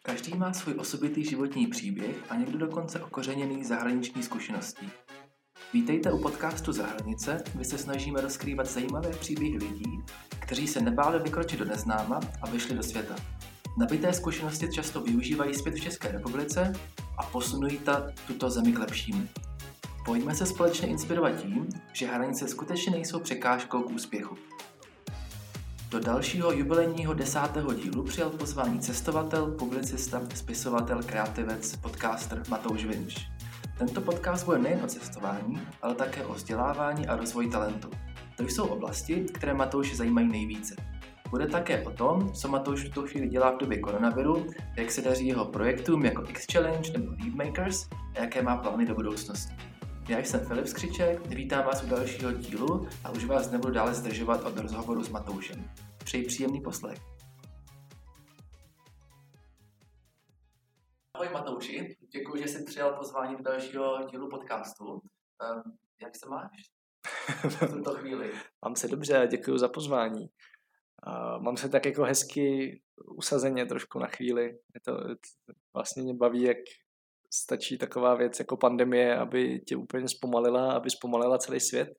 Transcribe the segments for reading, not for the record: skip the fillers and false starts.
Každý má svůj osobitý životní příběh a někdo dokonce okořeněný zahraniční zkušeností. Vítejte u podcastu Za hranice, kde se snažíme rozkrývat zajímavé příběhy lidí, kteří se nebáli vykročit do neznáma a vyšli do světa. Nabité zkušenosti často využívají zpět v České republice a posunují tuto zemi k lepšímu. Pojďme se společně inspirovat tím, že hranice skutečně nejsou překážkou k úspěchu. Do dalšího jubilejního 10. dílu přijal pozvání cestovatel, publicista, spisovatel, kreativec, podcaster Matouš Vinč. Tento podcast bude nejen o cestování, ale také o vzdělávání a rozvoji talentu. To jsou oblasti, které Matouše zajímají nejvíce. Bude také o tom, co Matouš v tuto chvíli dělá v době koronaviru, jak se daří jeho projektům jako X-Challenge nebo Leadmakers a jaké má plány do budoucnosti. Já jsem Filip Skřiček, vítám vás u dalšího dílu a už vás nebudu dále zdržovat od rozhovoru s Matoušem. Přeji příjemný poslech. Ahoj Matouši, děkuji, že jsi přijal pozvání do dalšího dílu podcastu. Jak se máš v tuto chvíli? Mám se dobře, děkuji za pozvání. Mám se tak jako hezky usazeně trošku na chvíli. To vlastně mě baví, jak stačí taková věc jako pandemie, aby tě úplně zpomalila, aby zpomalila celý svět.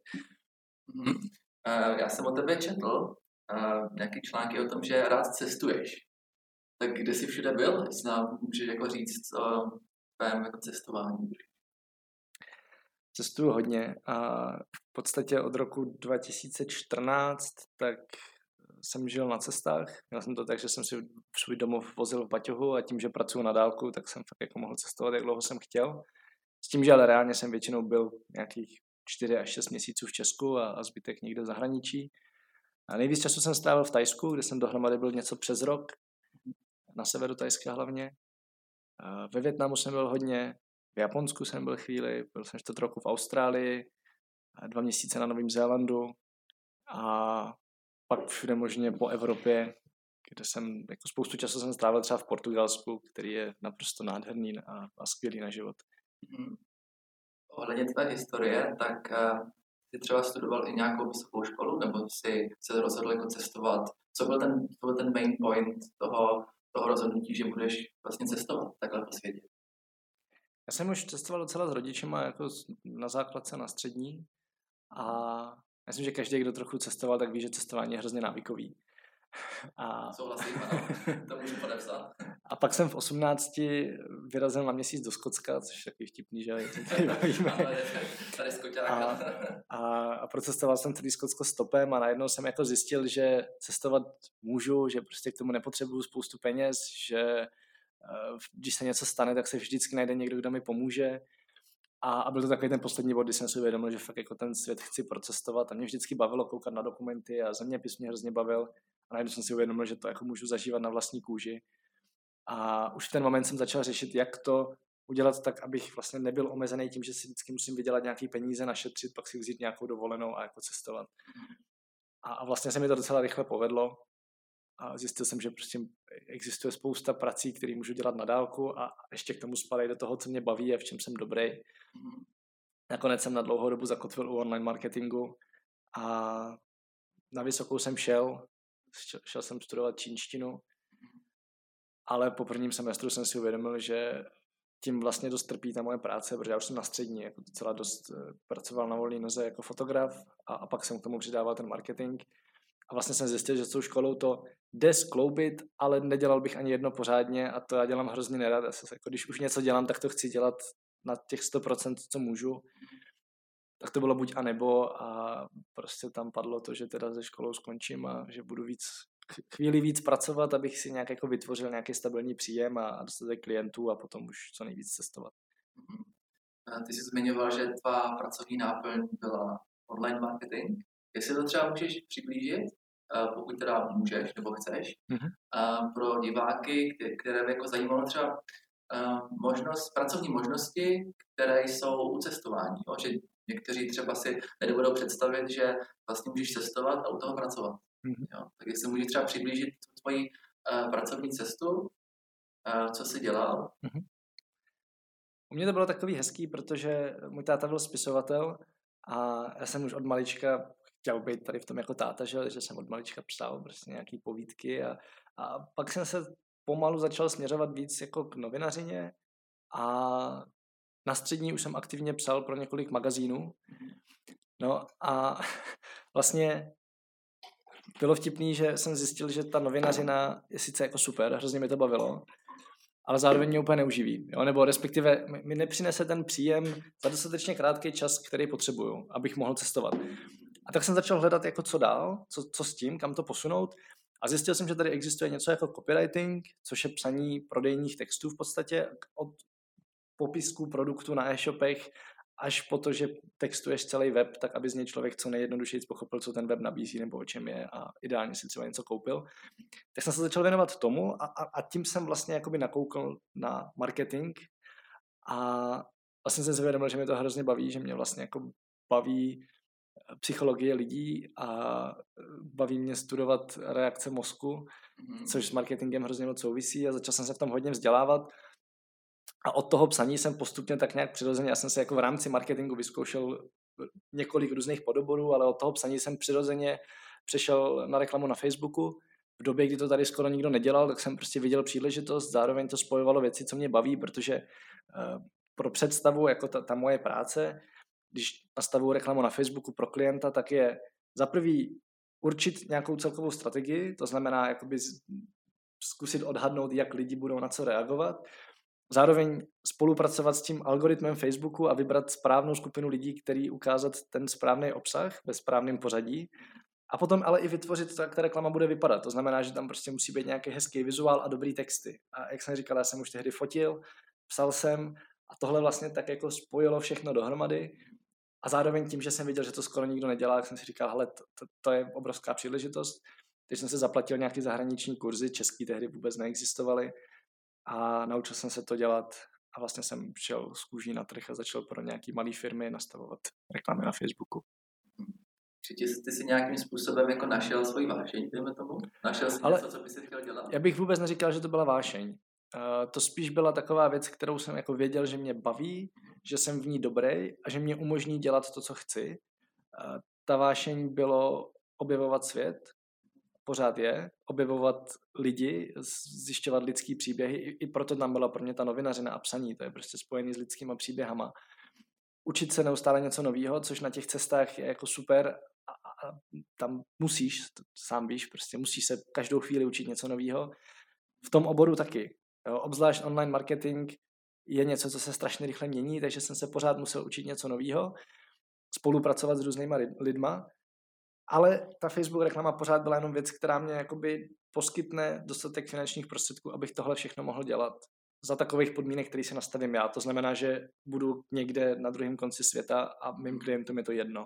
Já jsem o tebe četl nějaký články o tom, že rád cestuješ. Tak kde jsi všude byl? Jestli nám můžeš jako říct o tvém jako cestování. Cestuju hodně a v podstatě od roku 2014 tak jsem žil na cestách. Měl jsem to tak, že jsem si svůj domov vozil v baťohu a tím, že pracuji na dálku, tak jsem fakt jako mohl cestovat, jak dlouho jsem chtěl. S tím, že ale reálně jsem většinou byl nějakých 4 až 6 měsíců v Česku a zbytek někde v zahraničí. A nejvíc času jsem strávil v Thajsku, kde jsem dohromady byl něco přes rok, na severu Thajska hlavně. Ve Vietnamu jsem byl hodně, v Japonsku jsem byl chvíli, byl jsem 4 roku v Austrálii, 2 měsíce na Novém Zélandu a pak všude možně po Evropě, kde jsem jako spoustu času jsem strávil třeba v Portugalsku, který je naprosto nádherný a skvělý na život. Ohledně tvé historie, tak jsi třeba studoval i nějakou vysokou školu, nebo jsi se rozhodl jako cestovat? Co byl ten main point toho rozhodnutí, že budeš vlastně cestovat takhle po světě? Já jsem už cestoval docela s rodičema jako na základce, na střední a myslím, že každý, kdo trochu cestoval, tak ví, že cestování je hrozně návykový. Souhlasím, ano, to můžu podepsat. A pak jsem v 18 vyrazil na měsíc do Skotska, což je takový vtipný, že tady bavíme. Tady Skoťák. A procestoval jsem celý Skotsko stopem a najednou jsem jako zjistil, že cestovat můžu, že prostě k tomu nepotřebuju spoustu peněz, že když se něco stane, tak se vždycky najde někdo, kdo mi pomůže. A byl to takový ten poslední bod, kdy jsem si uvědomil, že fakt jako ten svět chci procestovat a mě vždycky bavilo koukat na dokumenty a zeměpis mě hrozně bavil a najednou jsem si uvědomil, že to jako můžu zažívat na vlastní kůži. A už v ten moment jsem začal řešit, jak to udělat tak, abych vlastně nebyl omezený tím, že si vždycky musím vydělat nějaký peníze, našetřit, pak si vzít nějakou dovolenou a jako cestovat. A vlastně se mi to docela rychle povedlo a zjistil jsem, že prostě existuje spousta prací, které můžu dělat na dálku a ještě k tomu spadají do toho, co mě baví a v čem jsem dobrý. Nakonec jsem na dlouhou dobu zakotvil u online marketingu a na vysokou jsem šel jsem studovat čínštinu, ale po prvním semestru jsem si uvědomil, že tím vlastně dost trpí ta moje práce, protože já už jsem na střední, jako docela dost pracoval na volné noze jako fotograf a pak jsem k tomu přidával ten marketing a vlastně jsem zjistil, že s tou školou to jde skloubit, ale nedělal bych ani jedno pořádně a to já dělám hrozně nerad. Jako když už něco dělám, tak to chci dělat na těch 100%, co můžu. Tak to bylo buď a nebo a prostě tam padlo to, že teda ze školou skončím a že budu chvíli víc pracovat, abych si nějak jako vytvořil nějaký stabilní příjem a dostatek klientů a potom už co nejvíc cestovat. Ty jsi zmiňoval, že tvá pracovní náplň byla online marketing. Jestli to třeba můžeš přiblížit, pokud teda můžeš nebo chceš, pro diváky, které by jako zajímalo třeba pracovní možnosti, které jsou u cestování. Že někteří třeba si nedovedou představit, že vlastně můžeš cestovat a u toho pracovat. Jo? Tak jestli můžeš třeba přiblížit tvoji pracovní cestu, co jsi dělal. U mě to bylo takový hezký, protože můj táta byl spisovatel a já jsem už od malička chtěl být tady v tom jako táta, že jsem od malička psal prostě nějaký povídky a pak jsem se pomalu začal směřovat víc jako k novinařině a na střední už jsem aktivně psal pro několik magazínů. No a vlastně bylo vtipný, že jsem zjistil, že ta novinařina je sice jako super, hrozně mi to bavilo, ale zároveň mě úplně neuživí. Jo? Nebo respektive mi nepřinese ten příjem za dostatečně krátký čas, který potřebuju, abych mohl cestovat. A tak jsem začal hledat, jako co dál, co s tím, kam to posunout. A zjistil jsem, že tady existuje něco jako copywriting, což je psaní prodejních textů v podstatě od popisků produktu na e-shopech až po to, že textuješ celý web, tak aby z něj člověk co nejjednodušeji pochopil, co ten web nabízí nebo o čem je a ideálně si třeba něco koupil. Tak jsem se začal věnovat tomu a tím jsem vlastně jakoby nakoukl na marketing a vlastně jsem si uvědomil, že mě to hrozně baví, že mě vlastně jako baví psychologie lidí a baví mě studovat reakce mozku, což s marketingem hrozně moc souvisí a začal jsem se v tom hodně vzdělávat. A od toho psaní jsem postupně tak nějak přirozeně, já jsem se jako v rámci marketingu vyzkoušel několik různých podoborů, ale od toho psaní jsem přirozeně přešel na reklamu na Facebooku. V době, kdy to tady skoro nikdo nedělal, tak jsem prostě viděl příležitost, zároveň to spojovalo věci, co mě baví, protože pro představu, jako ta moje práce, když nastavuju reklamu na Facebooku pro klienta, tak je za prvý určit nějakou celkovou strategii, to znamená jakoby zkusit odhadnout, jak lidi budou na co reagovat. Zároveň spolupracovat s tím algoritmem Facebooku a vybrat správnou skupinu lidí, který ukázat ten správný obsah ve správném pořadí. A potom ale i vytvořit to, jak ta reklama bude vypadat. To znamená, že tam prostě musí být nějaký hezký vizuál a dobrý texty. A jak jsem říkal, já jsem už tehdy fotil, psal jsem a tohle vlastně tak jako spojilo všechno dohromady. A zároveň tím, že jsem viděl, že to skoro nikdo nedělá, tak jsem si říkal, hele, to je obrovská příležitost. Teď jsem se zaplatil nějaký zahraniční kurzy, český tehdy vůbec neexistovaly. A naučil jsem se to dělat a vlastně jsem šel z kůží na trh a začal pro nějaký malý firmy nastavovat reklamy na Facebooku. Ty jsi nějakým způsobem jako našel svoji vášeň, dejme tomu? Našel jsi něco, co by si chtěl dělat? Já bych vůbec neříkal, že to byla vášeň. To spíš byla taková věc, kterou jsem jako věděl, že mě baví, že jsem v ní dobrý a že mě umožní dělat to, co chci. Ta vášeň bylo objevovat svět, pořád je, objevovat lidi, zjišťovat lidský příběhy, i proto tam byla pro mě ta novinařina a psaní, to je prostě spojený s lidskýma příběhama. Učit se neustále něco nového, což na těch cestách je jako super a tam musíš, sám víš, prostě musíš se každou chvíli učit něco nového. V tom oboru taky. Jo, obzvlášť online marketing je něco, co se strašně rychle mění, takže jsem se pořád musel učit něco nového, spolupracovat s různýma lidma. Ale ta Facebook reklama pořád byla jenom věc, která mě jakoby poskytne dostatek finančních prostředků, abych tohle všechno mohl dělat za takových podmínek, který si nastavím já. To znamená, že budu někde na druhém konci světa a mým klientům je to jedno.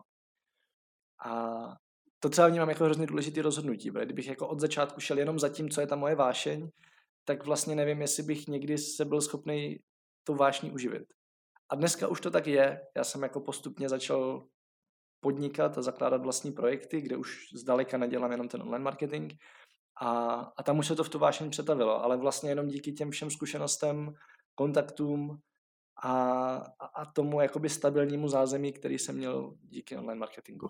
A to třeba vnímám jako hrozně důležitý rozhodnutí, protože kdybych jako od začátku šel jenom za tím, co je ta moje vášeň, tak vlastně nevím, jestli bych někdy se byl schopný tu vášní uživit. A dneska už to tak je. Já jsem jako postupně začal podnikat a zakládat vlastní projekty, kde už zdaleka nedělám jenom ten online marketing a tam už se to v tu vášeň přetavilo, ale vlastně jenom díky těm všem zkušenostem, kontaktům a tomu jakoby stabilnímu zázemí, který jsem měl díky online marketingu.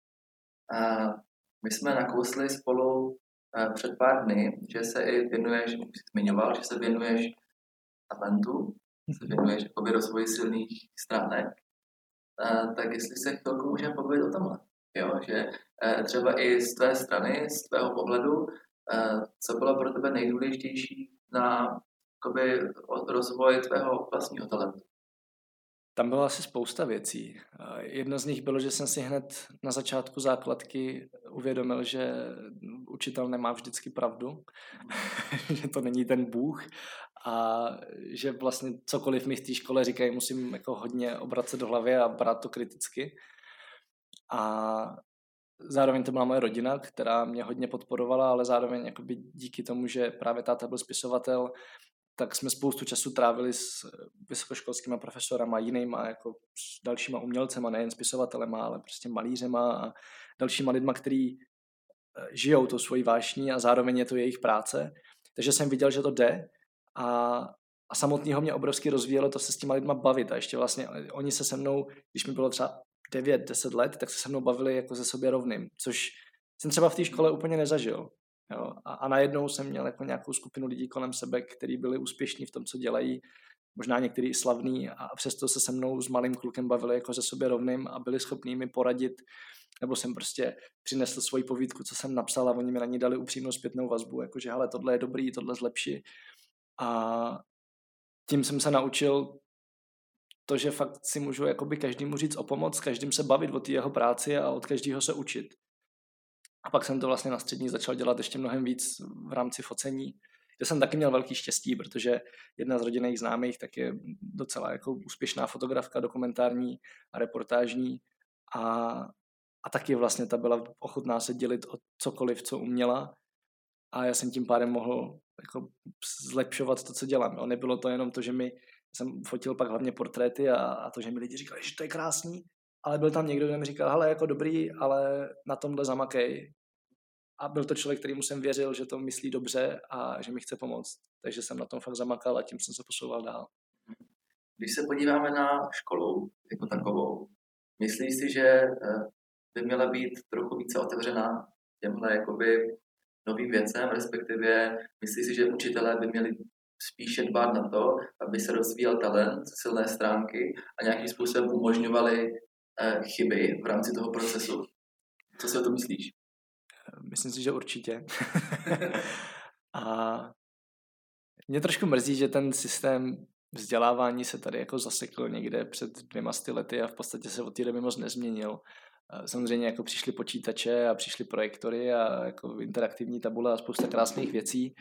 My jsme nakousli spolu před pár dny, že se i věnuješ, už jsi zmiňoval, že se věnuješ talentu, se věnuješ rozvoji silných stránek. Tak jestli se chvilku můžeme povědět o tomhle. Jo, že třeba i z tvé strany, z tvého pohledu, co bylo pro tebe nejdůležitější na rozvoj tvého vlastního talentu? Tam byla asi spousta věcí. Jedno z nich bylo, že jsem si hned na začátku základky uvědomil, že učitel nemá vždycky pravdu, že to není ten Bůh a že vlastně cokoliv mi v té škole říkají, musím jako hodně obracet do hlavy a brát to kriticky. A zároveň to byla moje rodina, která mě hodně podporovala, ale zároveň jakoby díky tomu, že právě táta byl spisovatel, tak jsme spoustu času trávili s vysokoškolskými profesorama, jinýma, jako s dalšíma umělcema, nejen spisovatelema, ale prostě malířema a dalšíma lidma, kteří žijou tou svojí vášní a zároveň je to jejich práce. Takže jsem viděl, že to jde a samotného mě obrovsky rozvíjelo to se s těma lidma bavit a ještě vlastně oni se se mnou, když mi bylo třeba 9-10 let, tak se mnou bavili jako ze sobě rovným, což jsem třeba v té škole úplně nezažil. Jo? A najednou jsem měl jako nějakou skupinu lidí kolem sebe, kteří byli úspěšní v tom, co dělají, možná některý i slavný, a přesto se mnou s malým klukem bavili jako se sobě rovným a byli schopní mi poradit, nebo jsem prostě přinesl svoji povídku, co jsem napsal, a oni mi na ní dali upřímnou zpětnou vazbu, jakože hele, tohle je dobrý, tohle zlepši. A tím jsem se naučil to, že fakt si můžu jakoby každému říct o pomoc, s každým se bavit o té jeho práci a od každého se učit. A pak jsem to vlastně na střední začal dělat ještě mnohem víc v rámci focení, kde jsem taky měl velký štěstí, protože jedna z rodinných známých tak je docela jako úspěšná fotografka, dokumentární a reportážní, a taky vlastně ta byla ochotná se dělit o cokoliv, co uměla, a já jsem tím pádem mohl jako zlepšovat to, co dělám. Jo. Nebylo to jenom to, že jsem fotil pak hlavně portréty a to, že mi lidi říkali, že to je krásný, ale byl tam někdo, kdo mi říkal, hele, jako dobrý, ale na tomhle zamakej. A byl to člověk, kterýmu jsem věřil, že to myslí dobře a že mi chce pomoct. Takže jsem na tom fakt zamakal a tím jsem se posouval dál. Když se podíváme na školu jako takovou, myslíš si, že by měla být trochu více otevřená těmhle jakoby novým věcem, respektive myslíš si, že učitelé by měli spíše dbát na to, aby se rozvíjel talent, silné stránky a nějakým způsobem umožňovali chyby v rámci toho procesu? Co si o to myslíš? Myslím si, že určitě. A mě trošku mrzí, že ten systém vzdělávání se tady jako zasekl někde před 200 lety a v podstatě se od té doby moc nezměnil. Samozřejmě jako přišly počítače a přišly projektory a jako interaktivní tabule a spousta krásných věcí,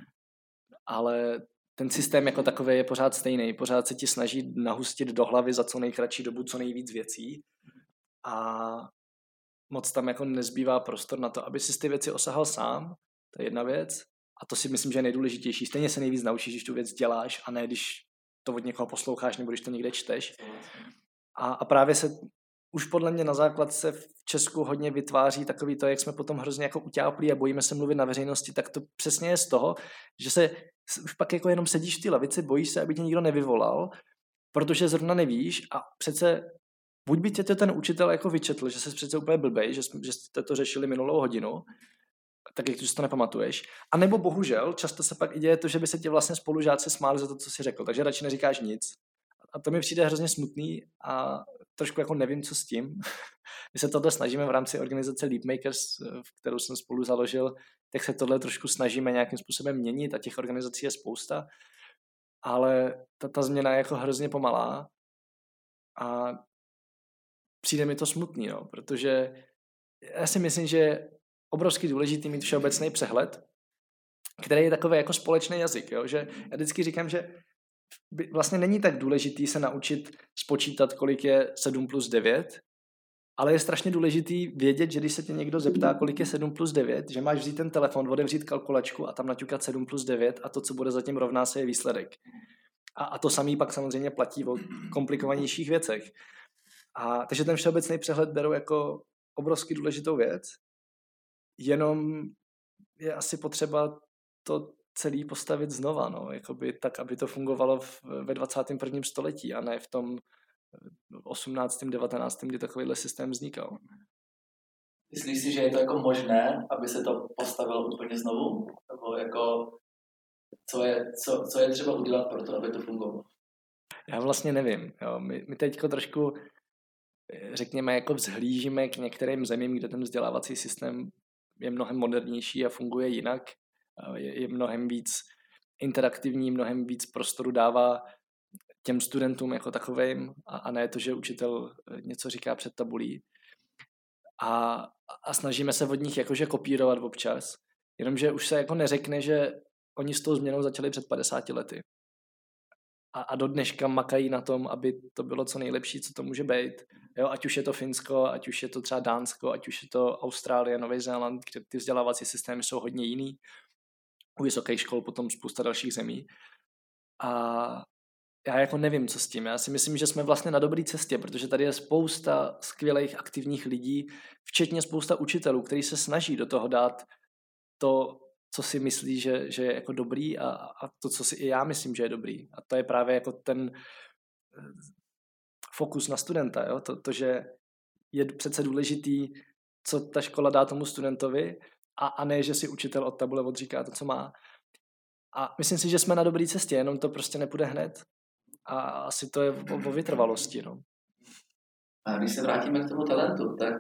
ale ten systém jako takový je pořád stejný. Pořád se ti snaží nahustit do hlavy za co nejkratší dobu co nejvíc věcí a moc tam jako nezbývá prostor na to, aby si ty věci osahal sám, to je jedna věc, a to si myslím, že je nejdůležitější. Stejně se nejvíc naučíš, když tu věc děláš, a ne když to od někoho posloucháš nebo když to někde čteš. A právě se už podle mě na základce v Česku hodně vytváří takový to, jak jsme potom hrozně jako utáplí a bojíme se mluvit na veřejnosti, tak to přesně je z toho, že se už pak jako jenom sedíš v té lavici, bojíš se, aby tě nikdo nevyvolal, protože zrovna nevíš a přece buď by tě ten učitel jako vyčetl, že jsi přece úplně blbej, že jste to řešili minulou hodinu, tak jak to nepamatuješ. A nebo bohužel, často se pak i děje to, že by se tě vlastně spolužáci smáli za to, co jsi řekl, takže radši neříkáš nic. A to mi přijde hrozně smutný a trošku jako nevím, co s tím. My se tohle snažíme v rámci organizace Leapmakers, v kterou jsem spolu založil, tak se tohle trošku snažíme nějakým způsobem měnit a těch organizací je spousta, ale ta změna je jako hrozně pomalá a přijde mi to smutný, no, protože já si myslím, že je obrovsky důležitý mít všeobecný přehled, který je takový jako společný jazyk, jo? Že já vždycky říkám, že vlastně není tak důležitý se naučit spočítat, kolik je 7 plus 9, ale je strašně důležitý vědět, že když se tě někdo zeptá, kolik je 7 plus 9, že máš vzít ten telefon, otevřít kalkulačku a tam naťukat 7 plus 9 a to, co bude zatím rovná se, je výsledek. A to samý pak samozřejmě platí o komplikovanějších věcech. Takže ten všeobecný přehled beru jako obrovsky důležitou věc, jenom je asi potřeba to celý postavit znova, no, jakoby tak, aby to fungovalo ve 21. století a ne v tom 18. 19. kdy takovýhle systém vznikal. Myslíš si, že je to jako možné, aby se to postavilo úplně znovu? Nebo jako, co je třeba udělat pro to, aby to fungovalo? Já vlastně nevím. Jo. My teďko trošku, řekněme, jako vzhlížíme k některým zemím, kde ten vzdělávací systém je mnohem modernější a funguje jinak. Je mnohem víc interaktivní, mnohem víc prostoru dává těm studentům jako takovým a ne to, že učitel něco říká před tabulí. A snažíme se od nich jakože kopírovat občas, jenomže už se jako neřekne, že oni s tou změnou začali před 50 lety. A do dneška makají na tom, aby to bylo co nejlepší, co to může být. Jo, ať už je to Finsko, ať už je to třeba Dánsko, ať už je to Austrálie, Nový Zéland, kde ty vzdělávací systémy jsou hodně jiný. U vysokých škol potom spousta dalších zemí. A já jako nevím, co s tím. Já si myslím, že jsme vlastně na dobré cestě, protože tady je spousta skvělých aktivních lidí, včetně spousta učitelů, kteří se snaží do toho dát to, co si myslí, že je jako dobrý a to, co si i já myslím, že je dobrý. A to je právě jako ten fokus na studenta. Jo? To, že je přece důležitý, co ta škola dá tomu studentovi a ne, že si učitel od tabule odříká to, co má. A myslím si, že jsme na dobré cestě, jenom to prostě nepůjde hned. A asi to je o vytrvalosti. No. A když se vrátíme k tomu talentu, tak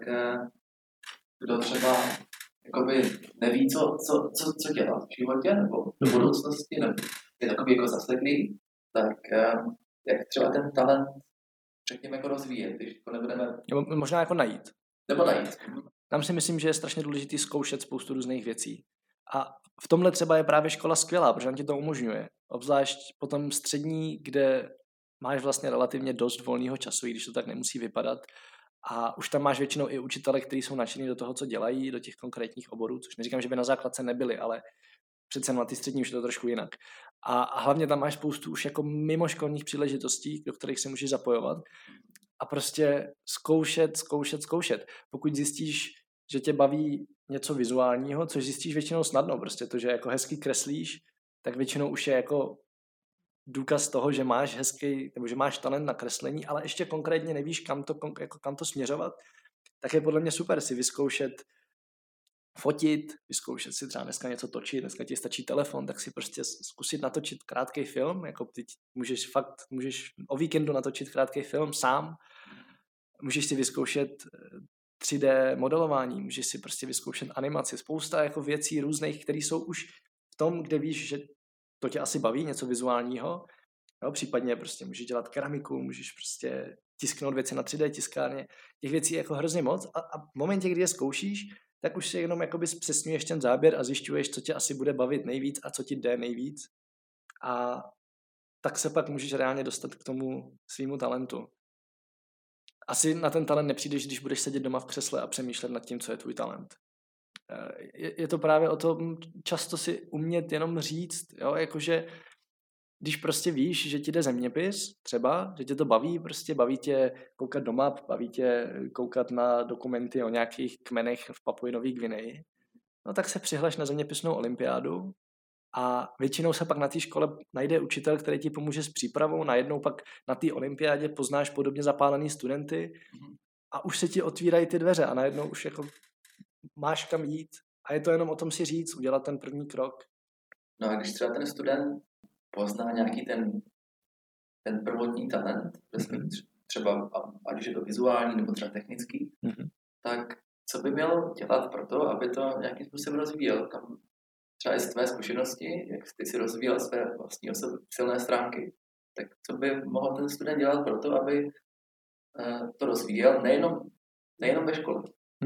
kdo třeba jakoby neví, co dělat v životě nebo v budoucnosti, nebo je takový jako zasleklý, tak jak třeba ten talent řekněme jako rozvíjet, když to nebudeme... Možná jako najít. Nebo najít. Tam si myslím, že je strašně důležité zkoušet spoustu různých věcí. A v tomhle třeba je právě škola skvělá, protože on ti to umožňuje. Obzvlášť potom střední, kde máš vlastně relativně dost volného času, i když to tak nemusí vypadat. A už tam máš většinou i učitele, kteří jsou nadšení do toho, co dělají, do těch konkrétních oborů, což neříkám, že by na základce nebyli, ale přece na ty střední už je to trošku jinak. A hlavně tam máš spoustu už jako mimoškolních příležitostí, do kterých se můžeš zapojovat. A prostě zkoušet. Pokud zjistíš, že tě baví něco vizuálního, což zjistíš většinou snadno, prostě to, že jako hezky kreslíš, tak většinou už je jako důkaz toho, že máš hezký, nebo že máš talent na kreslení, ale ještě konkrétně nevíš, kam to směřovat, tak je podle mě super si vyzkoušet fotit, vyzkoušet si třeba dneska něco točit, dneska ti stačí telefon, tak si prostě zkusit natočit krátký film, jako teď můžeš o víkendu natočit krátký film sám, můžeš si vyzkoušet 3D modelování, můžeš si prostě vyzkoušet animaci, spousta jako věcí různých, které jsou už v tom, kde víš, že to tě asi baví, něco vizuálního, jo, případně prostě můžeš dělat keramiku, můžeš prostě tisknout věci na 3D tiskárně, těch věcí je jako hrozně moc a v momentě, kdy je zkoušíš, tak už si jenom jakoby zpřesňuješ ten záběr a zjišťuješ, co tě asi bude bavit nejvíc a co ti jde nejvíc a tak se pak můžeš reálně dostat k tomu svýmu talentu. Asi na ten talent nepřijdeš, když budeš sedět doma v křesle a přemýšlet nad tím, co je tvůj talent. Je to právě o tom často si umět jenom říct, jo, jakože když prostě víš, že ti jde zeměpis třeba, že tě to baví, prostě baví tě koukat do map, baví tě koukat na dokumenty o nějakých kmenech v Papui Nový Gvineji, no tak se přihlaš na zeměpisnou olympiádu a většinou se pak na té škole najde učitel, který ti pomůže s přípravou, najednou pak na té olympiádě poznáš podobně zapálený studenty a už se ti otvírají ty dveře a najednou už jako máš kam jít a je to jenom o tom si říct, udělat ten první krok. No a když třeba ten student pozná nějaký ten prvotní talent, třeba ať už je to vizuální nebo třeba technický, tak co by měl dělat pro to, aby to nějakým způsobem rozvíjel? Tam třeba i z tvé zkušenosti, jak ty si rozvíjel své vlastní silné stránky, tak co by mohl ten student dělat pro to, aby to rozvíjel nejenom ve škole?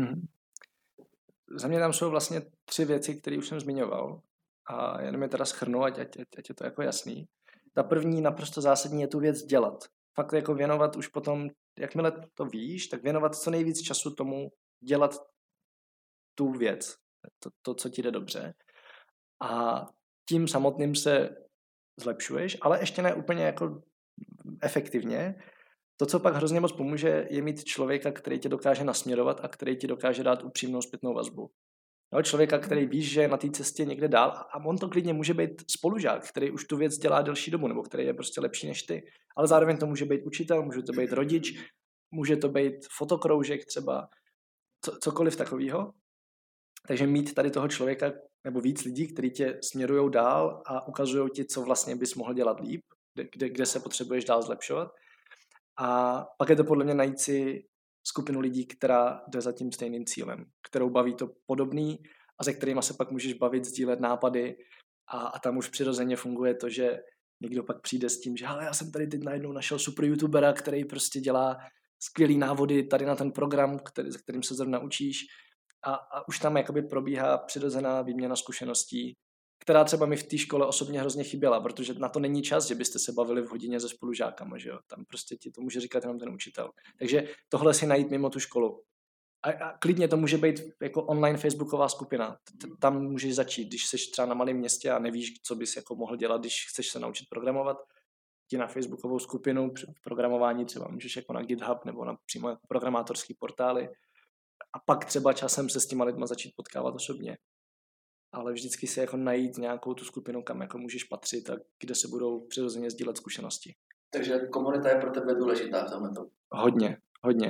Za mě tam jsou vlastně 3 věci, které už jsem zmiňoval a jenom je teda shrnu, ať je to jako jasný. Ta první naprosto zásadní je tu věc dělat. Fakt jako věnovat už potom, jakmile to víš, tak věnovat co nejvíc času tomu dělat tu věc, to co ti jde dobře. A tím samotným se zlepšuješ, ale ještě ne úplně jako efektivně. To, co pak hrozně moc pomůže, je mít člověka, který tě dokáže nasměrovat a který ti dokáže dát upřímnou zpětnou vazbu. No, člověka, který víš, že je na té cestě někde dál a on to klidně může být spolužák, který už tu věc dělá delší dobu nebo který je prostě lepší než ty. Ale zároveň to může být učitel, může to být rodič, může to být fotokroužek třeba, cokoliv takového. Takže mít tady toho člověka nebo víc lidí, kteří tě směrujou dál a ukazují ti, co vlastně bys mohl dělat líp, kde se potřebuješ dál zlepšovat. A pak je to podle mě najít si skupinu lidí, která jde za tím stejným cílem, kterou baví to podobný a se kterýma se pak můžeš bavit, sdílet nápady a tam už přirozeně funguje to, že někdo pak přijde s tím, že ale já jsem tady teď najednou našel super youtubera, který prostě dělá skvělý návody tady na ten program, se kterým se zrovna učíš a už tam jakoby probíhá přirozená výměna zkušeností, která třeba mi v té škole osobně hrozně chyběla, protože na to není čas, že byste se bavili v hodině se spolužákama, že jo? Tam prostě ti to může říkat jenom ten učitel. Takže tohle si najít mimo tu školu. A klidně to může být jako online facebooková skupina. Tam můžeš začít, když jsi třeba na malém městě a nevíš, co bys jako mohl dělat, když chceš se naučit programovat, ti na facebookovou skupinu v programování třeba můžeš jako na GitHub nebo na přímo programátorský portály a pak třeba časem se s těma lidma začít potkávat osobně. Ale vždycky si jako najít nějakou tu skupinu, kam jako můžeš patřit a kde se budou přirozeně sdílet zkušenosti. Takže komunita je pro tebe důležitá v tomhle. Hodně.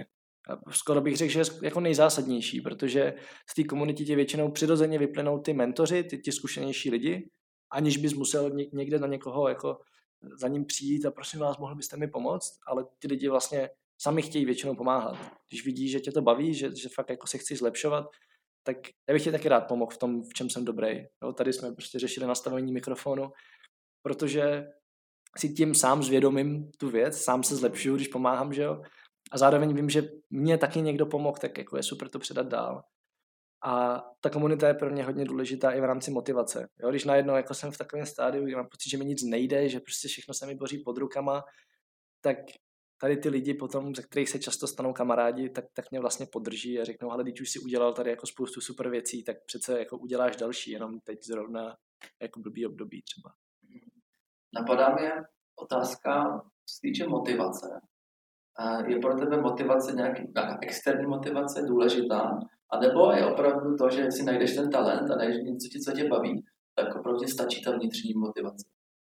skoro bych řekl, že je jako nejzásadnější, protože z té komunity ti většinou přirozeně vyplynou ty mentoři, ty zkušenější lidi, aniž bys musel někde na někoho jako za ním přijít a prosím vás, mohli byste mi pomoct, ale ty lidi vlastně sami chtějí většinou pomáhat. Když vidí, že tě to baví, že fakt jako se chci zlepšovat, tak já bych ti taky rád pomohl v tom, v čem jsem dobrý. Jo, tady jsme prostě řešili nastavení mikrofonu, protože si tím sám zvědomím tu věc, sám se zlepšuju, když pomáhám, že jo. A zároveň vím, že mě taky někdo pomohl, tak jako je super to předat dál. A ta komunita je pro mě hodně důležitá i v rámci motivace. Jo, když najednou jako jsem v takovém stádiu, kdy mám pocit, že mi nic nejde, že prostě všechno se mi boří pod rukama, tak tady ty lidi potom, ze kterých se často stanou kamarádi, tak mě vlastně podrží a řeknou, ale když už si udělal tady jako spoustu super věcí, tak přece jako uděláš další, jenom teď zrovna jako blbý období třeba. Napadá mě otázka, co se týče motivace. Je pro tebe motivace nějaká externí motivace důležitá? A nebo je opravdu to, že si najdeš ten talent a najdeš něco, co tě baví, tak opravdu stačí ta vnitřní motivace?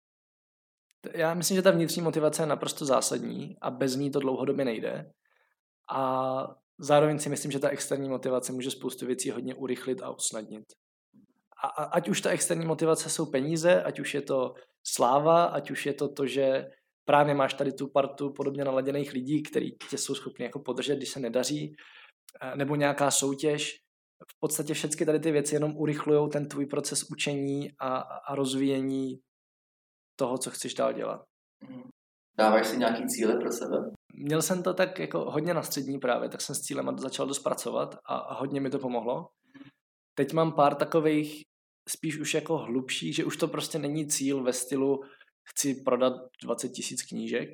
Já myslím, že ta vnitřní motivace je naprosto zásadní a bez ní to dlouhodobě nejde. A zároveň si myslím, že ta externí motivace může spoustu věcí hodně urychlit a usnadnit. A ať už ta externí motivace jsou peníze, ať už je to sláva, ať už je to, že právě máš tady tu partu podobně naladěných lidí, kteří tě jsou schopni jako podržet, když se nedaří, nebo nějaká soutěž. V podstatě všechny tady ty věci jenom urychlují ten tvůj proces učení a rozvíjení toho, co chceš dál dělat. Dáváš si nějaký cíle pro sebe? Měl jsem to tak jako hodně na střední právě, tak jsem s cílem začal dost pracovat a hodně mi to pomohlo. Teď mám pár takových spíš už jako hlubších, že už to prostě není cíl ve stylu chci prodat 20 000 knížek,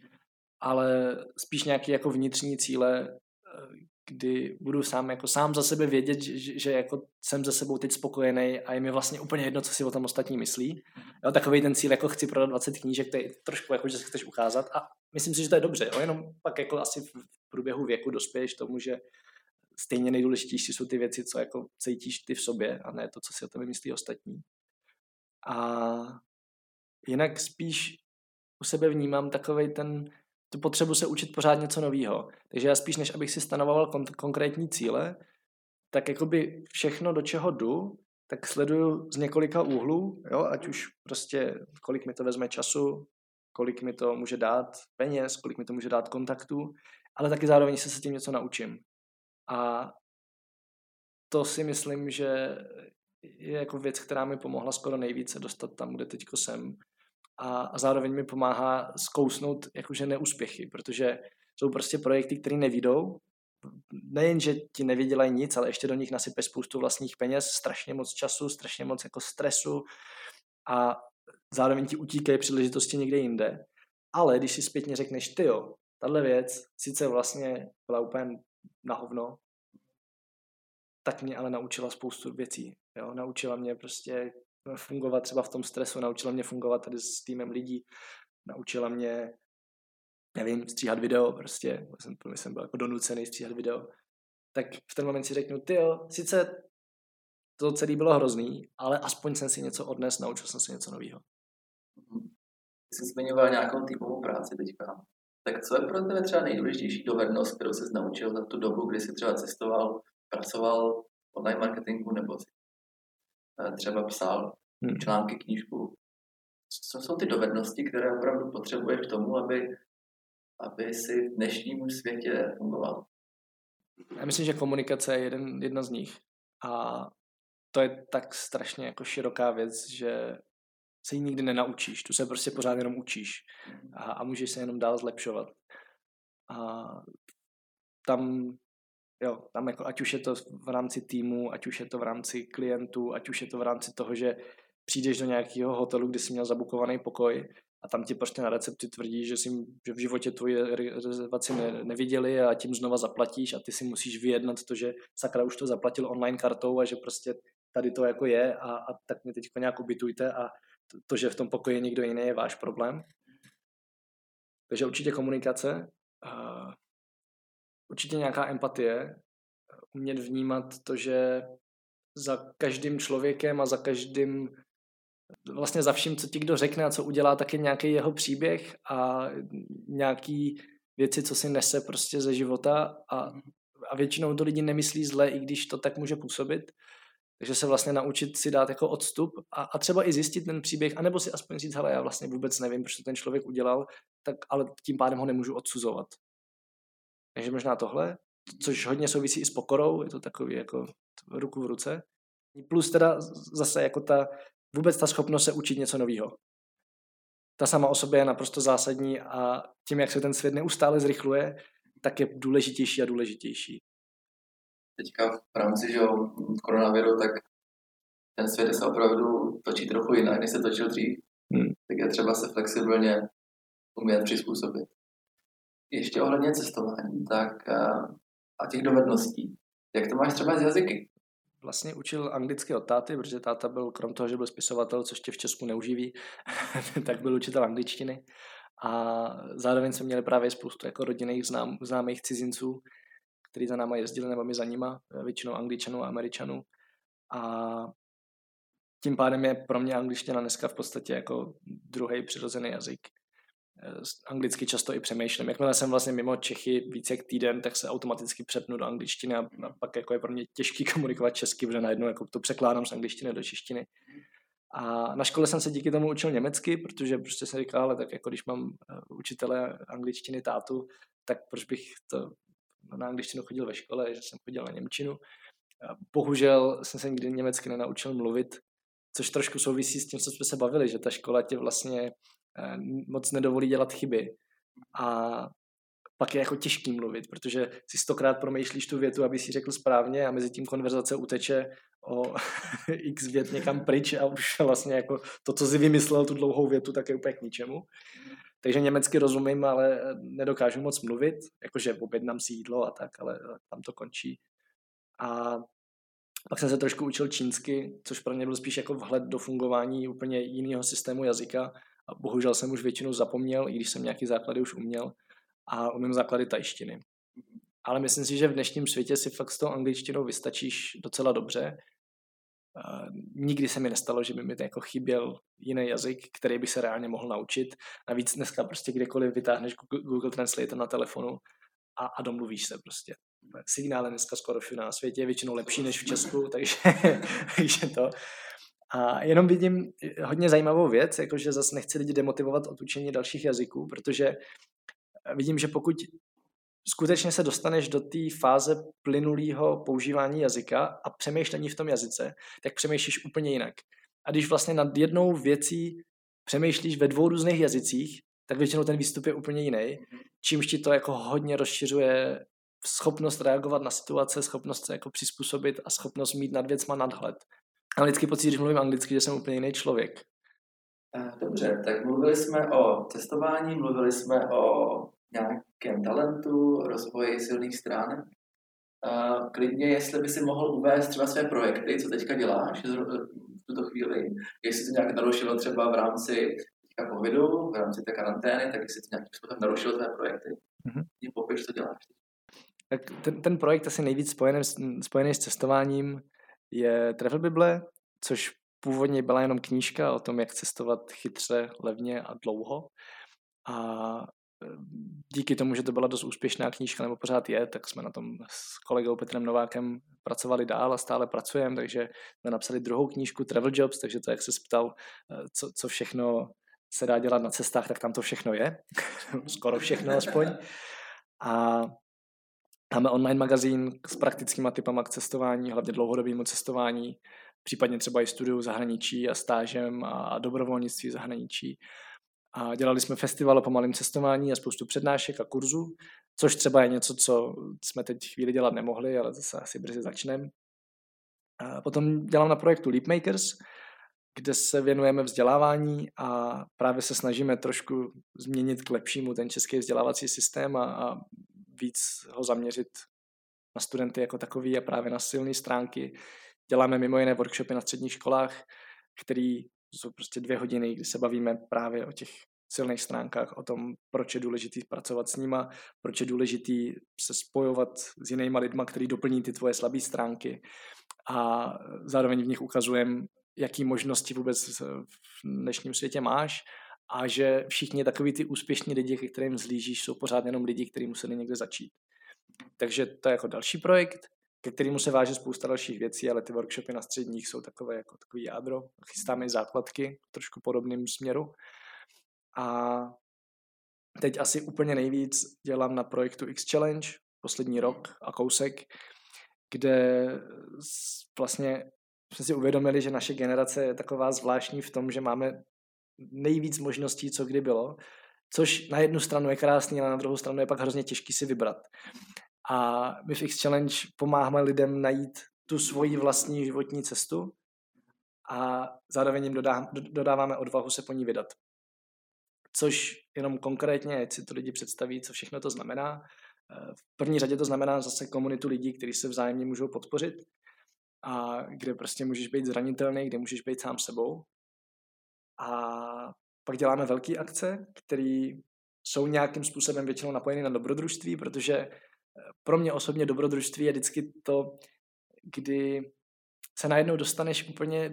ale spíš nějaký jako vnitřní cíle, kdy budu sám za sebe vědět, že jako jsem za sebou teď spokojený a je mi vlastně úplně jedno, co si o tom ostatní myslí. Jo, takovej ten cíl, jako chci prodat 20 knížek, to je trošku jako, že se chceš ukázat a myslím si, že to je dobře, jo? Jenom pak jako asi v průběhu věku dospěješ tomu, že stejně nejdůležitější jsou ty věci, co jako cítíš ty v sobě a ne to, co si o tebe myslí ostatní. A jinak spíš u sebe vnímám takovej tu potřebu se učit pořád něco nového. Takže já spíš, než abych si stanovoval konkrétní cíle, tak jakoby všechno, do čeho jdu, tak sleduju z několika úhlů, jo? Ať už prostě kolik mi to vezme času, kolik mi to může dát peněz, kolik mi to může dát kontaktů, ale taky zároveň se tím něco naučím. A to si myslím, že je jako věc, která mi pomohla skoro nejvíce dostat tam, kde teďko jsem. A zároveň mi pomáhá zkousnout jakože neúspěchy, protože jsou prostě projekty, které nevyjdou. Nejen, že ti nevydělají nic, ale ještě do nich nasypeš spoustu vlastních peněz, strašně moc času, strašně moc jako stresu a zároveň ti utíkají příležitosti někde jinde. Ale když si zpětně řekneš, tyjo, tahle věc sice vlastně byla úplně na hovno, tak mě ale naučila spoustu věcí. Jo? Naučila mě prostě fungovat třeba v tom stresu, naučila mě fungovat tady s týmem lidí, naučila mě, nevím, stříhat video, prostě jsem byl jako donucený stříhat video, tak v ten moment si řeknu, tyjo, sice to celé bylo hrozný, ale aspoň jsem si něco odnes, naučil jsem se něco nového. Jsi zmiňoval nějakou týmovou práci teďka. Tak co je pro tebe třeba nejdůležitější dovednost, kterou jsi naučil za tu dobu, kdy jsi třeba cestoval, pracoval v online marketingu nebo si třeba psal články, knížku? Co jsou ty dovednosti, které opravdu potřebuješ k tomu, aby si v dnešním světě fungoval? Já myslím, že komunikace je jedna z nich. A to je tak strašně jako široká věc, že se ji nikdy nenaučíš. Tu se prostě pořád jenom učíš. A můžeš se jenom dál zlepšovat. A tam jako ať už je to v rámci týmu, ať už je to v rámci klientů, ať už je to v rámci toho, že přijdeš do nějakého hotelu, kde jsi měl zabukovaný pokoj a tam ti prostě na recepci tvrdí, že v životě tvoji rezervaci neviděli a tím znova zaplatíš a ty si musíš vyjednat to, že sakra už to zaplatil online kartou a že prostě tady to jako je a tak mě teď nějak ubytujte a to, že v tom pokoji je někdo jiný, je váš problém. Takže určitě komunikace, určitě nějaká empatie, umět vnímat to, že za každým člověkem a vlastně za vším, co ti kdo řekne a co udělá, tak je nějaký jeho příběh a nějaký věci, co si nese prostě ze života a většinou to lidi nemyslí zle, i když to tak může působit. Takže se vlastně naučit si dát jako odstup a třeba i zjistit ten příběh, anebo si aspoň říct, hele, já vlastně vůbec nevím, proč to ten člověk udělal, tak ale tím pádem ho nemůžu odsuzovat. Takže možná tohle, což hodně souvisí i s pokorou, je to takový jako ruku v ruce. Plus teda zase jako vůbec ta schopnost se učit něco nového. Ta sama o sobě je naprosto zásadní a tím, jak se ten svět neustále zrychluje, tak je důležitější a důležitější. Teďka v rámci koronaviru, tak ten svět se opravdu točí trochu jinak, než se točil dřív. Tak je třeba se flexibilně umět přizpůsobit. Ještě ohledně cestování, tak a těch dovedností. Jak to máš třeba z jazyky? Vlastně učil anglicky od táty, protože táta byl, krom toho, že byl spisovatel, což tě v Česku neuživí, tak byl učitel angličtiny. A zároveň jsme měli právě spoustu jako rodinných známých cizinců, kteří za náma jezdili nebo my za nima, většinou Angličanů a Američanů. A tím pádem je pro mě angličtina dneska v podstatě jako druhý přirozený jazyk. Anglicky často i přemýšlím. Jakmile jsem vlastně mimo Čechy víc jak týden, tak se automaticky přepnu do angličtiny a pak jako je pro mě těžký komunikovat česky, protože najednou jako to překládám z angličtiny do češtiny. A na škole jsem se díky tomu učil německy, protože prostě jsem říkal, ale tak jako když mám učitele angličtiny tátu, tak proč bych to na angličtinu chodil ve škole, že jsem chodil na němčinu. Bohužel jsem se nikdy německy nenaučil mluvit, což trošku souvisí s tím, co jsme se bavili, že ta škola tě vlastně moc nedovolí dělat chyby. A pak je jako těžký mluvit, protože si 100krát promýšlíš tu větu, aby si řekl správně a mezi tím konverzace uteče o x vět někam pryč a už vlastně jako to, co jsi vymyslel, tu dlouhou větu, tak je úplně k ničemu. Takže německy rozumím, ale nedokážu moc mluvit, jakože objednám si jídlo a tak, ale tam to končí. A pak jsem se trošku učil čínsky, což pro mě byl spíš jako vhled do fungování úplně jiného systému jazyka. A bohužel jsem už většinou zapomněl, i když jsem nějaký základy už uměl. A umím základy tajštiny. Ale myslím si, že v dnešním světě si fakt s tou angličtinou vystačíš docela dobře. Nikdy se mi nestalo, že by mi jako chyběl jiný jazyk, který by se reálně mohl naučit. Navíc dneska prostě kdekoliv vytáhneš Google Translate na telefonu a domluvíš se prostě. Signál je dneska skoro všude na světě, je většinou lepší než v Česku, takže to. A jenom vidím hodně zajímavou věc, jakože zase nechci lidi demotivovat od učení dalších jazyků, protože vidím, že pokud skutečně se dostaneš do té fáze plynulého používání jazyka a přemýšlení v tom jazyce, tak přemýšlíš úplně jinak. A když vlastně nad jednou věcí přemýšlíš ve 2 různých jazycích, tak většinou ten výstup je úplně jiný, čímž ti to jako hodně rozšiřuje schopnost reagovat na situace, schopnost se jako přizpůsobit a schopnost mít nad věcma nadhled. A vždycky pocit, když mluvím anglicky, že jsem úplně jiný člověk. Dobře, tak mluvili jsme o cestování, mluvili jsme o nějakém talentu, rozvoji silných stránek. Klidně, jestli by si mohl uvést třeba své projekty, co teďka děláš v tuto chvíli, jestli to nějak narušilo třeba v rámci covidu, v rámci té karantény, tak jestli to nějakým způsobem narušilo tvé projekty. Mě popiš, co děláš. Tak ten projekt asi nejvíc spojený s cestováním je Travel Bible, což původně byla jenom knížka o tom, jak cestovat chytře, levně a dlouho. A díky tomu, že to byla dost úspěšná knížka, nebo pořád je, tak jsme na tom s kolegou Petrem Novákem pracovali dál a stále pracujeme, takže jsme napsali druhou knížku Travel Jobs, takže to, jak se ptal, co všechno se dá dělat na cestách, tak tam to všechno je. Skoro všechno aspoň. A máme online magazín s praktickýma typama k cestování, hlavně dlouhodobému cestování, případně třeba i studiu v zahraničí a stážem a dobrovolnictví v zahraničí. A dělali jsme festival o pomalém cestování a spoustu přednášek a kurzů, což třeba je něco, co jsme teď chvíli dělat nemohli, ale zase asi brzy začneme. A potom dělám na projektu Leapmakers, kde se věnujeme vzdělávání a právě se snažíme trošku změnit k lepšímu ten český vzdělávací systém a víc ho zaměřit na studenty jako takový a právě na silné stránky. Děláme mimo jiné workshopy na středních školách, které jsou prostě 2 hodiny, kdy se bavíme právě o těch silných stránkách, o tom, proč je důležitý pracovat s nima, proč je důležitý se spojovat s jinýma lidma, který doplní ty tvoje slabé stránky a zároveň v nich ukazujeme, jaký možnosti vůbec v dnešním světě máš a že všichni takový ty úspěšní lidi, ke kterým zlížíš, jsou pořád jenom lidi, kteří museli někde začít. Takže to je jako další projekt, ke kterému se váže spousta dalších věcí, ale ty workshopy na středních jsou takové jako takový jádro. Chystáme i základky v trošku podobným směru. A teď asi úplně nejvíc dělám na projektu X-Challenge, poslední rok a kousek, kde vlastně jsme si uvědomili, že naše generace je taková zvláštní v tom, že máme nejvíc možností, co kdy bylo, což na jednu stranu je krásný, ale na druhou stranu je pak hrozně těžký si vybrat. A my v X-Challenge pomáháme lidem najít tu svoji vlastní životní cestu a zároveň jim dodáváme odvahu se po ní vydat. Což jenom konkrétně, ať si to lidi představí, co všechno to znamená. V první řadě to znamená zase komunitu lidí, kteří se vzájemně můžou podpořit a kde prostě můžeš být zranitelný, kde můžeš být sám sebou. A pak děláme velké akce, které jsou nějakým způsobem většinou napojeny na dobrodružství, protože pro mě osobně dobrodružství je vždycky to, kdy se najednou dostaneš úplně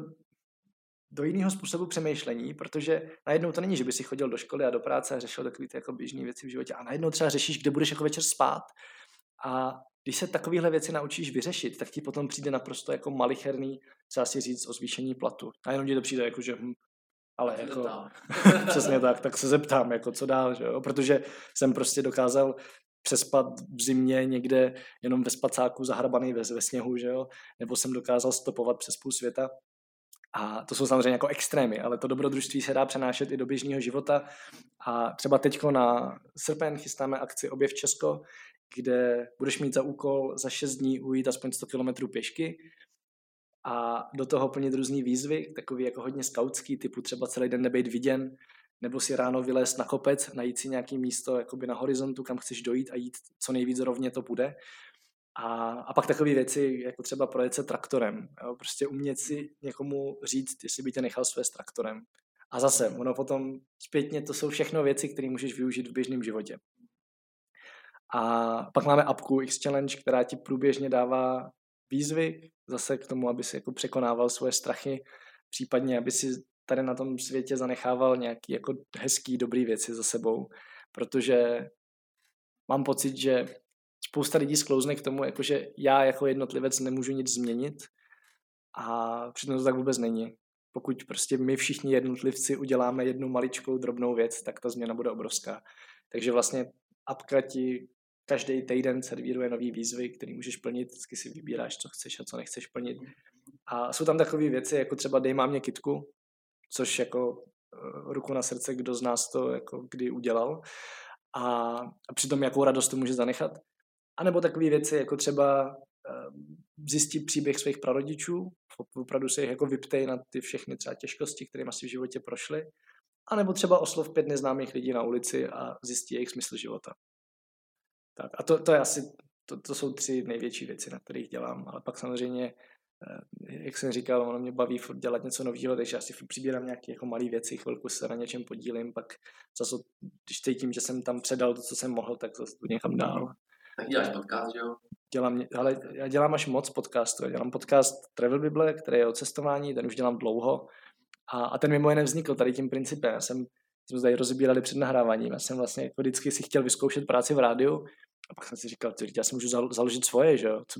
do jiného způsobu přemýšlení, protože najednou to není, že by si chodil do školy a do práce a řešil takové ty jako běžné věci v životě a najednou třeba řešíš, kde budeš jako večer spát. A když se takovéhle věci naučíš vyřešit, tak ti potom přijde naprosto jako malicherný, třeba si říct o zvýšení platu. Najednou ti to přijde jako, že ale jako přesně tak se zeptám, jako co dál, že jo? Protože jsem prostě dokázal přespat v zimě někde jenom ve spacáku zahrabaný ve sněhu, že jo? Nebo jsem dokázal stopovat přes půl světa. A to jsou samozřejmě jako extrémy, ale to dobrodružství se dá přenášet i do běžného života. A třeba teďko na srpen chystáme akci Objev Česko, kde budeš mít za úkol za 6 dní ujít aspoň 100 km pěšky a do toho plnit různý výzvy, takový jako hodně skautský, typu třeba celý den nebejt viděn, nebo si ráno vylézt na kopec, najít si nějaký místo jakoby na horizontu, kam chceš dojít a jít co nejvíc rovně to bude. A pak takové věci, jako třeba projet se traktorem. Jo? Prostě umět si někomu říct, jestli by tě nechal svést traktorem. A zase, ono potom zpětně, to jsou všechno věci, které můžeš využít v běžném životě. A pak máme apku X-Challenge, která ti průběžně dává výzvy zase k tomu, aby si jako překonával svoje strachy, případně aby si tady na tom světě zanechával nějaký jako hezký, dobrý věci za sebou, protože mám pocit, že spousta lidí sklouzne k tomu, jakože já jako jednotlivec nemůžu nic změnit a přitom to tak vůbec není. Pokud prostě my všichni jednotlivci uděláme jednu maličkou drobnou věc, tak ta změna bude obrovská. Takže vlastně apka ti každý týden servíruje nový výzvy, který můžeš plnit, vždycky si vybíráš, co chceš a co nechceš plnit. A jsou tam takové věci, jako třeba dej mámě kytku, což jako ruku na srdce, kdo z nás to jako kdy udělal a přitom jakou radost to může zanechat. A nebo takové věci, jako třeba zjistit příběh svých prarodičů, opravdu se jich jako vyptej na ty všechny třeba těžkosti, které asi v životě prošly, a nebo třeba oslov 5 neznámých lidí na ulici a zjistí jejich smysl života. Tak a to je asi, to jsou 3 největší věci, na kterých dělám, ale pak samozřejmě, jak jsem říkal, ono mě baví furt dělat něco nového, takže já si přibírám nějaké jako malé věci, chvilku se na něčem podílím, pak zase, když cítím, že jsem tam předal to, co jsem mohl, tak zase tu někam dál. Tak děláš podcast, jo? Já dělám až moc podcastů. Já dělám podcast Travel Bible, který je o cestování, ten už dělám dlouho. A ten mimo jiné vznikl tady tím principem. Jsme tady rozebírali před nahráváním. Já jsem vlastně jako vždycky si chtěl vyzkoušet práci v rádiu a pak jsem si říkal, já si můžu založit svoje, že jo?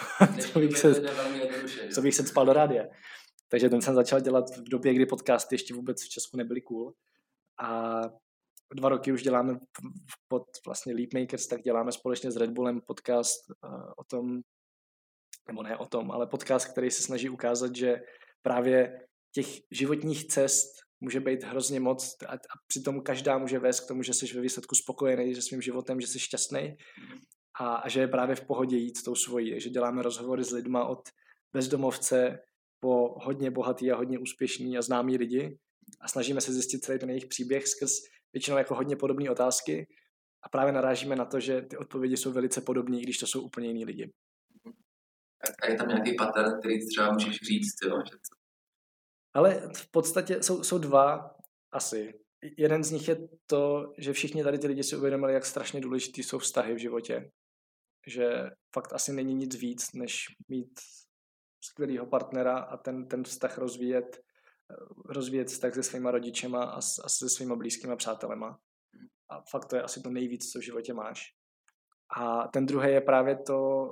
Co bych se spal do rádia. Takže ten jsem začal dělat v době, kdy podcasty ještě vůbec v Česku nebyly cool. A 2 roky už děláme pod vlastně Leap Makers, tak děláme společně s Red Bullem podcast o tom, nebo ne o tom, ale podcast, který se snaží ukázat, že právě těch životních cest může být hrozně moc a přitom každá může vést k tomu, že jsi ve výsledku spokojený se svým životem, že jsi šťastný a že je právě v pohodě jít tou svojí. Takže děláme rozhovory s lidma od bezdomovce po hodně bohatý a hodně úspěšný a známý lidi a snažíme se zjistit celý ten jejich příběh skrz většinou jako hodně podobné otázky a právě narážíme na to, že ty odpovědi jsou velice podobné, když to jsou úplně jiný lidi. A je tam nějaký pattern, který třeba můžeš říct, jo? Ale v podstatě jsou 2 asi. Jeden z nich je to, že všichni tady ty lidi si uvědomili, jak strašně důležitý jsou vztahy v životě. Že fakt asi není nic víc, než mít skvělýho partnera a ten vztah rozvíjet rozvíjet vztah se svýma rodičema a se svýma blízkýma přátelema. A fakt to je asi to nejvíc, co v životě máš. A ten druhý je právě to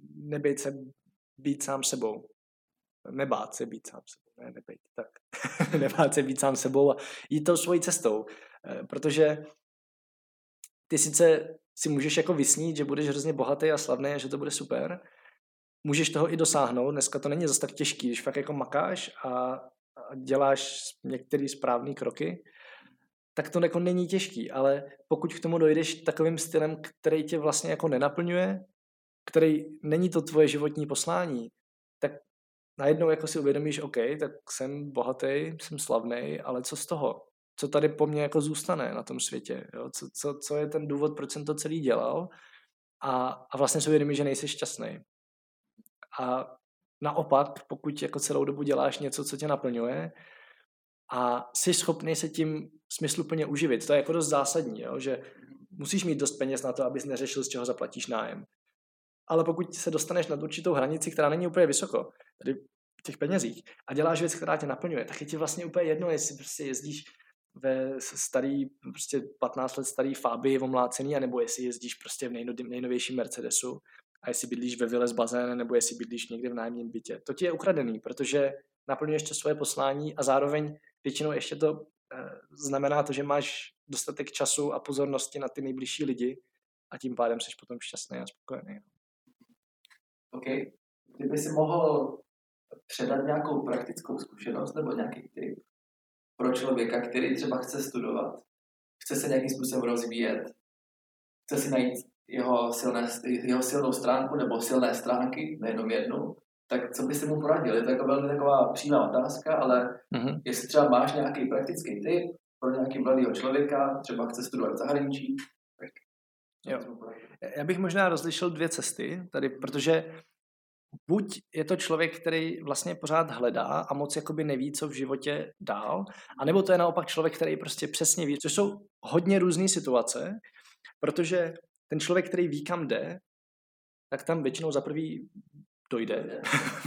být sám sebou. Nebát se být sám sebou. Nebejt, tak. Nebát se být sám sebou a jít tou svojí cestou. Protože ty sice si můžeš jako vysnít, že budeš hrozně bohatý a slavný a že to bude super. Můžeš toho i dosáhnout. Dneska to není zase tak těžký, když fakt jako makáš a děláš některé správné kroky, tak to jako není těžký, ale pokud k tomu dojdeš takovým stylem, který tě vlastně jako nenaplňuje, který není to tvoje životní poslání, tak najednou jako si uvědomíš, OK, tak jsem bohatý, jsem slavný, ale co z toho? Co tady po mně jako zůstane na tom světě? Jo? Co je ten důvod, proč jsem to celý dělal? A vlastně si uvědomíš, že nejsi šťastný. A naopak, pokud jako celou dobu děláš něco, co tě naplňuje a jsi schopný se tím smysluplně uživit, to je jako dost zásadní, jo? Že musíš mít dost peněz na to, abys neřešil, z čeho zaplatíš nájem. Ale pokud se dostaneš nad určitou hranici, která není úplně vysoko, tady v těch penězích, a děláš věc, která tě naplňuje, tak je ti vlastně úplně jedno, jestli prostě jezdíš ve starý, prostě 15 let starý Fabii omlácený, anebo jestli jezdíš prostě v nejnovějším Mercedesu a jestli bydlíš ve vile s bazénem, nebo jestli bydlíš někde v nájemním bytě. To ti je ukradený, protože naplňuješ to svoje poslání a zároveň většinou ještě to znamená to, že máš dostatek času a pozornosti na ty nejbližší lidi a tím pádem jsi potom šťastný a spokojený. OK. Kdyby si mohl předat nějakou praktickou zkušenost nebo nějaký tip pro člověka, který třeba chce studovat, chce se nějakým způsobem rozvíjet, chce si najít jeho silnou stránku nebo silné stránky, nejenom jednu, tak co by si mu poradil? Je to jako velmi taková přímá otázka, ale jestli třeba máš nějaký praktický tip pro nějaký mladého člověka, třeba chce studovat v zahraničí, tak jo. Já bych možná rozlišil 2 cesty tady, protože buď je to člověk, který vlastně pořád hledá a moc jakoby neví, co v životě dál, anebo to je naopak člověk, který prostě přesně ví, což jsou hodně různé situace, protože ten člověk, který ví, kam jde, tak tam většinou za prvý dojde.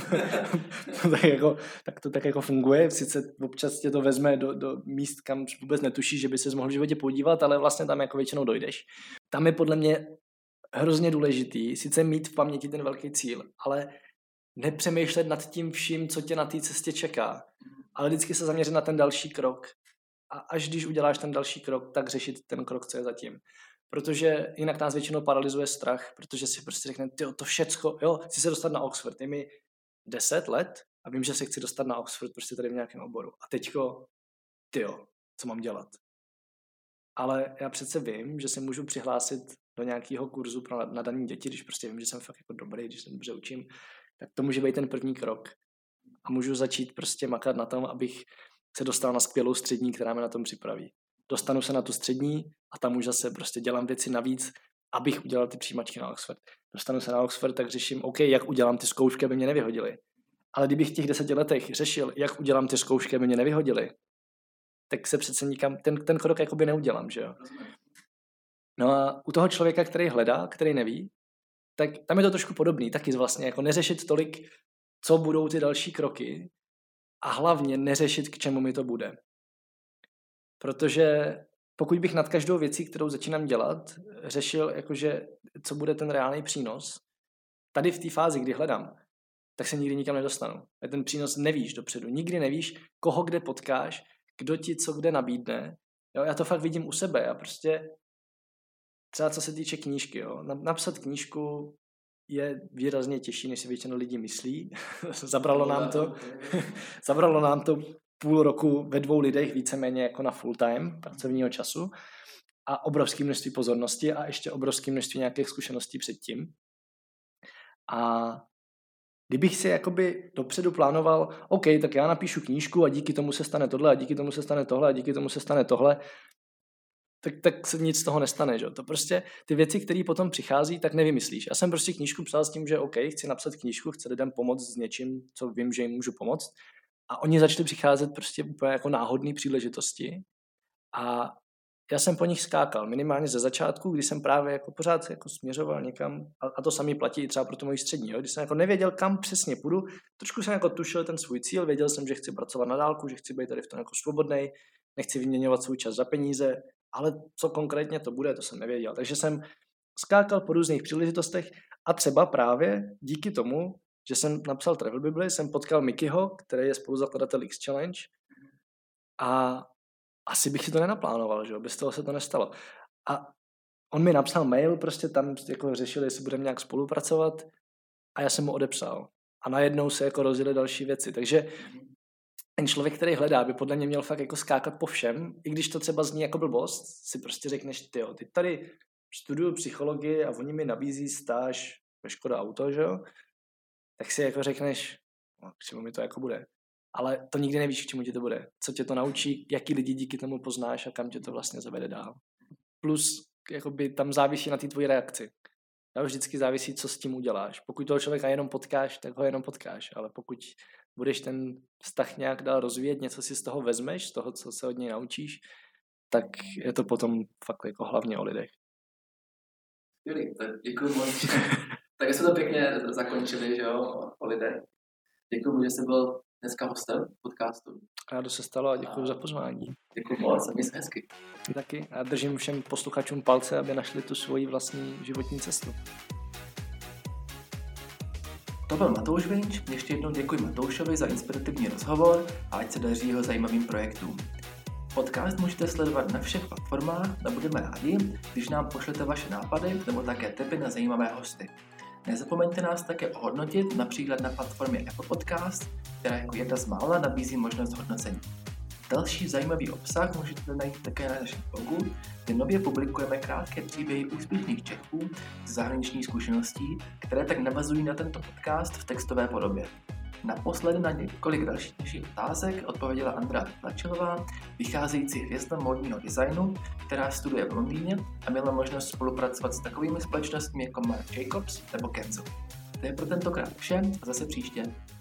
tak to tak jako funguje. Sice občas tě to vezme do míst, kam vůbec netušíš, že by ses mohl v životě podívat, ale vlastně tam jako většinou dojdeš. Tam je podle mě hrozně důležitý, sice mít v paměti ten velký cíl, ale nepřemýšlet nad tím vším, co tě na té cestě čeká. Ale vždycky se zaměřit na ten další krok. A až když uděláš ten další krok, tak řešit ten krok, co je zatím. Protože jinak nás většinou paralyzuje strach, protože si prostě řekne, to všecko, chci se dostat na Oxford, je mi 10 let a vím, že se chci dostat na Oxford prostě tady v nějakém oboru. A teďko, co mám dělat? Ale já přece vím, že se můžu přihlásit do nějakého kurzu pro nadaný děti, když prostě vím, že jsem fakt jako dobrý, když se dobře učím, tak to může být ten první krok. A můžu začít prostě makat na tom, abych se dostal na skvělou střední, která mě na tom připraví. Dostanu se na tu střední a tam už zase prostě dělám věci navíc, abych udělal ty přijímačky na Oxford. Dostanu se na Oxford, tak řeším, OK, jak udělám ty zkoušky, aby mě nevyhodili. Ale kdybych v těch 10 letech řešil, jak udělám ty zkoušky, aby mě nevyhodili, tak se přece nikam, ten krok jakoby neudělám, že jo. No a u toho člověka, který hledá, který neví, tak tam je to trošku podobný, taky vlastně jako neřešit tolik, co budou ty další kroky a hlavně neřešit, k čemu mi to bude. Protože pokud bych nad každou věcí, kterou začínám dělat, řešil, jakože, co bude ten reálný přínos, tady v té fázi, kdy hledám, tak se nikdy nikam nedostanu. Ten přínos nevíš dopředu. Nikdy nevíš, koho kde potkáš, kdo ti co kde nabídne. Jo, já to fakt vidím u sebe. Já prostě třeba co se týče knížky. Jo, napsat knížku je výrazně těžší, než si většinou lidi myslí. Zabralo nám to půl roku ve 2 lidech víceméně jako na full time pracovního času a obrovské množství pozornosti a ještě obrovské množství nějakých zkušeností předtím. A kdybych si jakoby dopředu plánoval, OK, tak já napíšu knížku a díky tomu se stane tohle a díky tomu se stane tohle a díky tomu se stane tohle, tak se nic z toho nestane, že? To prostě ty věci, které potom přichází, tak nevymyslíš. Já jsem prostě knížku psal s tím, že OK, chci napsat knížku, chci lidem pomoct s něčím, co vím, že jim můžu pomoct. A oni začali přicházet prostě úplně jako náhodné příležitosti. A já jsem po nich skákal, minimálně ze začátku, kdy jsem právě jako pořád jako směřoval někam, a to samý platí i třeba pro tu moji střední, jo? Když jsem jako nevěděl, kam přesně půjdu, trošku jsem jako tušil ten svůj cíl, věděl jsem, že chci pracovat na dálku, že chci být tady v tom jako svobodnej, nechci vyměňovat svůj čas za peníze, ale co konkrétně to bude, to jsem nevěděl. Takže jsem skákal po různých příležitostech a třeba právě díky tomu, že jsem napsal Travel Bible, jsem potkal Mickeyho, který je spoluzakladatel X Challenge, a asi bych si to nenaplánoval, že jo, bez toho se to nestalo. A on mi napsal mail, prostě tam jako řešili, jestli budeme nějak spolupracovat, a já jsem mu odepsal. A najednou se jako rozjeli další věci. Takže ten člověk, který hledá, by podle mě měl fakt jako skákat po všem, i když to třeba zní jako blbost, si prostě řekneš, tyjo, ty tady studuju psychologii a oni mi nabízí stáž ve Škoda Auto, že jo, tak si jako řekneš, no, k čemu mi to jako bude. Ale to nikdy nevíš, k čemu ti to bude. Co tě to naučí, jaký lidi díky tomu poznáš a kam tě to vlastně zavede dál. Plus jakoby tam závisí na té tvojí reakci. A vždycky závisí, co s tím uděláš. Pokud toho člověka jenom potkáš, tak ho jenom potkáš. Ale pokud budeš ten vztah nějak dál rozvíjet, něco si z toho vezmeš, z toho, co se od něj naučíš, tak je to potom fakt jako hlavně o lidech. Děkuji moc. Tak jsme to pěkně zakončili, že jo, o lidech. Děkuji, že jsi byl dneska hostem podcastu. Rádo se stalo a děkuji za pozvání. Děkuji moc, měj se hezky. Taky. A držím všem posluchačům palce, aby našli tu svoji vlastní životní cestu. To byl Matouš Vinč. Ještě jednou děkuji Matoušovi za inspirativní rozhovor a ať se daří jeho zajímavým projektům. Podcast můžete sledovat na všech platformách a budeme rádi, když nám pošlete vaše nápady nebo také tipy na zajímavé hosty. Nezapomeňte nás také ohodnotit například na platformě Apple Podcast, která jako jedna z mála nabízí možnost hodnocení. Další zajímavý obsah můžete najít také na našem blogu, kde nově publikujeme krátké příběhy úspěšných Čechů z zahraniční zkušeností, které tak navazují na tento podcast v textové podobě. Naposledy na několik dalších otázek odpověděla Andrea Tlačilová, vycházející hvězda módního designu, která studuje v Londýně a měla možnost spolupracovat s takovými společnostmi jako Marc Jacobs nebo Kenzo. To je pro tentokrát vše a zase příště.